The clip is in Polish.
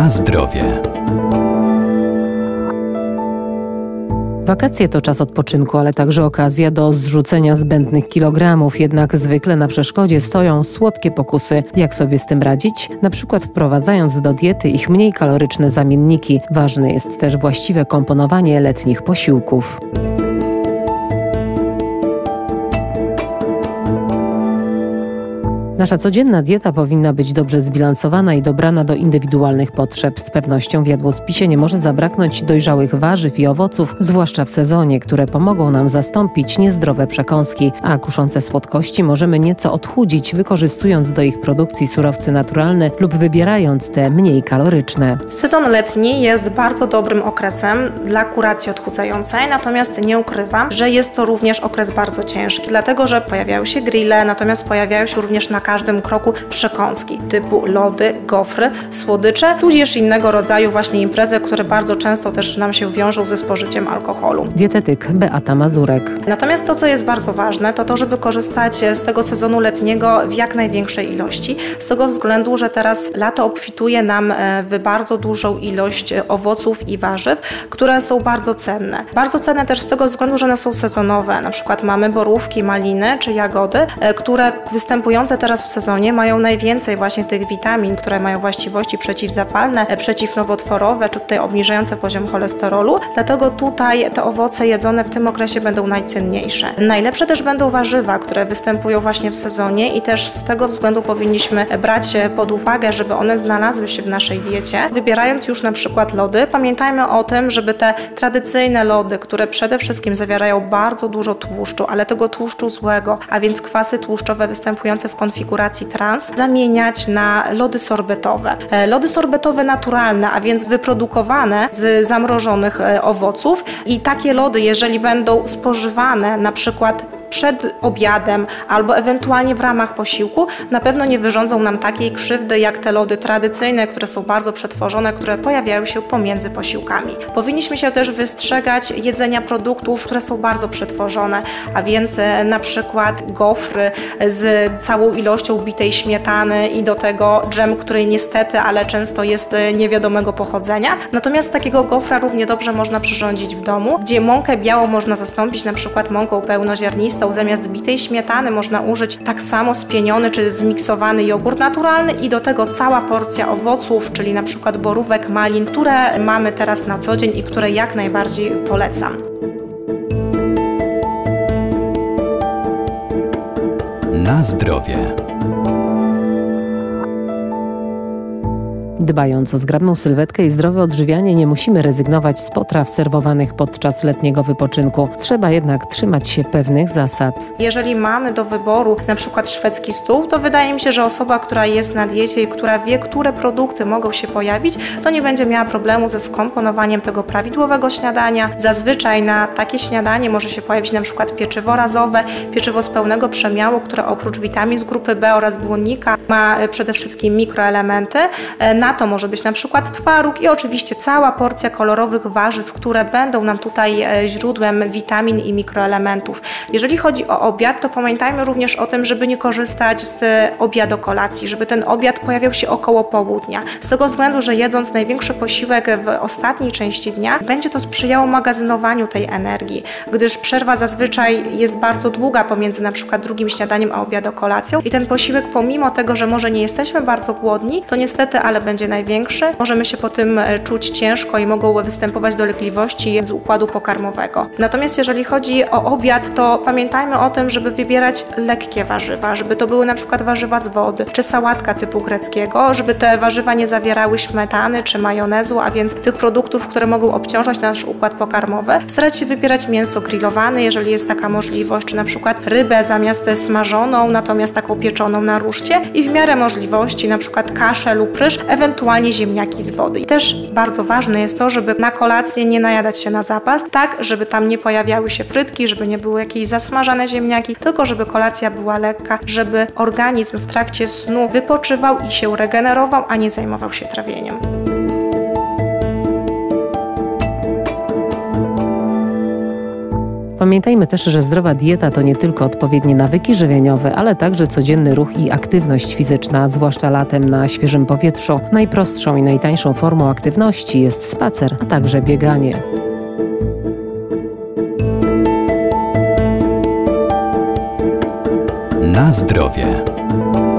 Na zdrowie. Wakacje to czas odpoczynku, ale także okazja do zrzucenia zbędnych kilogramów. Jednak zwykle na przeszkodzie stoją słodkie pokusy. Jak sobie z tym radzić? Na przykład wprowadzając do diety ich mniej kaloryczne zamienniki. Ważne jest też właściwe komponowanie letnich posiłków. Nasza codzienna dieta powinna być dobrze zbilansowana i dobrana do indywidualnych potrzeb. Z pewnością w jadłospisie nie może zabraknąć dojrzałych warzyw i owoców, zwłaszcza w sezonie, które pomogą nam zastąpić niezdrowe przekąski, a kuszące słodkości możemy nieco odchudzić, wykorzystując do ich produkcji surowce naturalne lub wybierając te mniej kaloryczne. Sezon letni jest bardzo dobrym okresem dla kuracji odchudzającej, natomiast nie ukrywam, że jest to również okres bardzo ciężki, dlatego że pojawiają się grille, natomiast pojawiają się również na każdym kroku przekąski typu lody, gofry, słodycze, tudzież innego rodzaju właśnie imprezy, które bardzo często też nam się wiążą ze spożyciem alkoholu. Dietetyk Beata Mazurek. Natomiast to, co jest bardzo ważne, to żeby korzystać z tego sezonu letniego w jak największej ilości, z tego względu, że teraz lato obfituje nam w bardzo dużą ilość owoców i warzyw, które są bardzo cenne. Bardzo cenne też z tego względu, że one są sezonowe. Na przykład mamy borówki, maliny czy jagody, które występujące teraz w sezonie mają najwięcej właśnie tych witamin, które mają właściwości przeciwzapalne, przeciwnowotworowe, czy tutaj obniżające poziom cholesterolu. Dlatego tutaj te owoce jedzone w tym okresie będą najcenniejsze. Najlepsze też będą warzywa, które występują właśnie w sezonie i też z tego względu powinniśmy brać pod uwagę, żeby one znalazły się w naszej diecie. Wybierając już na przykład lody, pamiętajmy o tym, żeby te tradycyjne lody, które przede wszystkim zawierają bardzo dużo tłuszczu, ale tego tłuszczu złego, a więc kwasy tłuszczowe występujące w konfiguracji trans, zamieniać na lody sorbetowe. Lody sorbetowe naturalne, a więc wyprodukowane z zamrożonych owoców i takie lody, jeżeli będą spożywane na przykład przed obiadem albo ewentualnie w ramach posiłku, na pewno nie wyrządzą nam takiej krzywdy jak te lody tradycyjne, które są bardzo przetworzone, które pojawiają się pomiędzy posiłkami. Powinniśmy się też wystrzegać jedzenia produktów, które są bardzo przetworzone, a więc na przykład gofry z całą ilością bitej śmietany i do tego dżem, który niestety, ale często jest niewiadomego pochodzenia. Natomiast takiego gofra równie dobrze można przyrządzić w domu, gdzie mąkę białą można zastąpić na przykład mąką pełnoziarnistą. Zamiast bitej śmietany można użyć tak samo spieniony czy zmiksowany jogurt naturalny i do tego cała porcja owoców, czyli na przykład borówek, malin, które mamy teraz na co dzień i które jak najbardziej polecam. Na zdrowie. Dbając o zgrabną sylwetkę i zdrowe odżywianie, nie musimy rezygnować z potraw serwowanych podczas letniego wypoczynku. Trzeba jednak trzymać się pewnych zasad. Jeżeli mamy do wyboru na przykład szwedzki stół, to wydaje mi się, że osoba, która jest na diecie i która wie, które produkty mogą się pojawić, to nie będzie miała problemu ze skomponowaniem tego prawidłowego śniadania. Zazwyczaj na takie śniadanie może się pojawić na przykład pieczywo razowe, pieczywo z pełnego przemiału, które oprócz witamin z grupy B oraz błonnika ma przede wszystkim mikroelementy. Na to może być na przykład twaróg i oczywiście cała porcja kolorowych warzyw, które będą nam tutaj źródłem witamin i mikroelementów. Jeżeli chodzi o obiad, to pamiętajmy również o tym, żeby nie korzystać z obiadu kolacji, żeby ten obiad pojawiał się około południa. Z tego względu, że jedząc największy posiłek w ostatniej części dnia, będzie to sprzyjało magazynowaniu tej energii, gdyż przerwa zazwyczaj jest bardzo długa pomiędzy na przykład drugim śniadaniem a obiadokolacją i ten posiłek, pomimo tego, że może nie jesteśmy bardzo głodni, to niestety, ale będzie największy. Możemy się po tym czuć ciężko i mogą występować dolegliwości z układu pokarmowego. Natomiast jeżeli chodzi o obiad, to pamiętajmy o tym, żeby wybierać lekkie warzywa, żeby to były na przykład warzywa z wody, czy sałatka typu greckiego, żeby te warzywa nie zawierały śmietany czy majonezu, a więc tych produktów, które mogą obciążać nasz układ pokarmowy. Starać się wybierać mięso grillowane, jeżeli jest taka możliwość, czy na przykład rybę zamiast smażoną, natomiast taką pieczoną na ruszcie i w miarę możliwości na przykład kaszę lub ryż, ewentualnie ziemniaki z wody. I też bardzo ważne jest to, żeby na kolację nie najadać się na zapas, tak żeby tam nie pojawiały się frytki, żeby nie były jakieś zasmażane ziemniaki, tylko żeby kolacja była lekka, żeby organizm w trakcie snu wypoczywał i się regenerował, a nie zajmował się trawieniem. Pamiętajmy też, że zdrowa dieta to nie tylko odpowiednie nawyki żywieniowe, ale także codzienny ruch i aktywność fizyczna, zwłaszcza latem na świeżym powietrzu. Najprostszą i najtańszą formą aktywności jest spacer, a także bieganie. Na zdrowie.